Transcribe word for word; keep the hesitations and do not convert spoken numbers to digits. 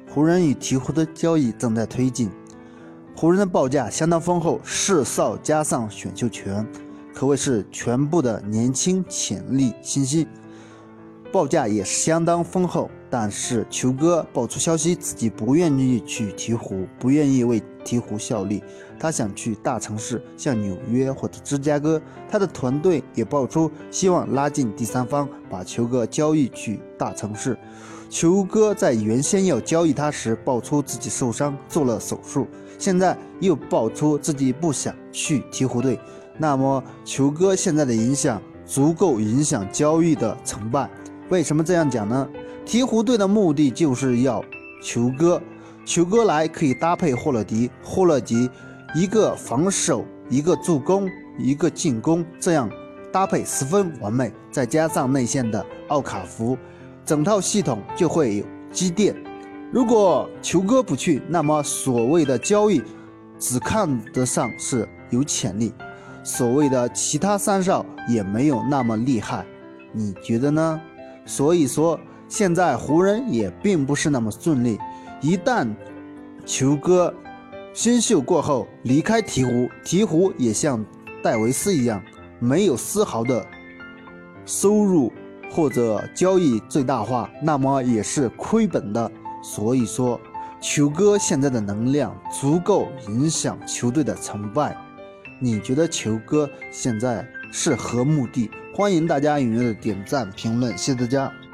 湖人与鹈鹕的交易正在推进。湖人的报价相当丰厚，四少加上选秀权，可谓是全部的年轻潜力新星。报价也相当丰厚，但是球哥爆出消息，自己不愿意去鹈鹕，不愿意为鹈鹕效力，他想去大城市，像纽约或者芝加哥。他的团队也爆出希望拉近第三方，把球哥交易去大城市。球哥在原先要交易他时，爆出自己受伤做了手术，现在又爆出自己不想去鹈鹕队。那么球哥现在的影响足够影响交易的成败。为什么这样讲呢？鹈鹕队的目的就是要球哥，球哥来可以搭配霍勒迪，霍勒迪一个防守，一个助攻，一个进攻，这样搭配十分完美，再加上内线的奥卡福，整套系统就会有积淀。如果球哥不去，那么所谓的交易只看得上是有潜力，所谓的其他三少也没有那么厉害，你觉得呢？所以说现在湖人也并不是那么顺利，一旦球哥新秀过后离开鹈鹕，鹈鹕也像戴维斯一样没有丝毫的收入或者交易最大化，那么也是亏本的。所以说球哥现在的能量足够影响球队的成败。你觉得球哥现在是何目的？欢迎大家踊跃的点赞评论，谢谢大家。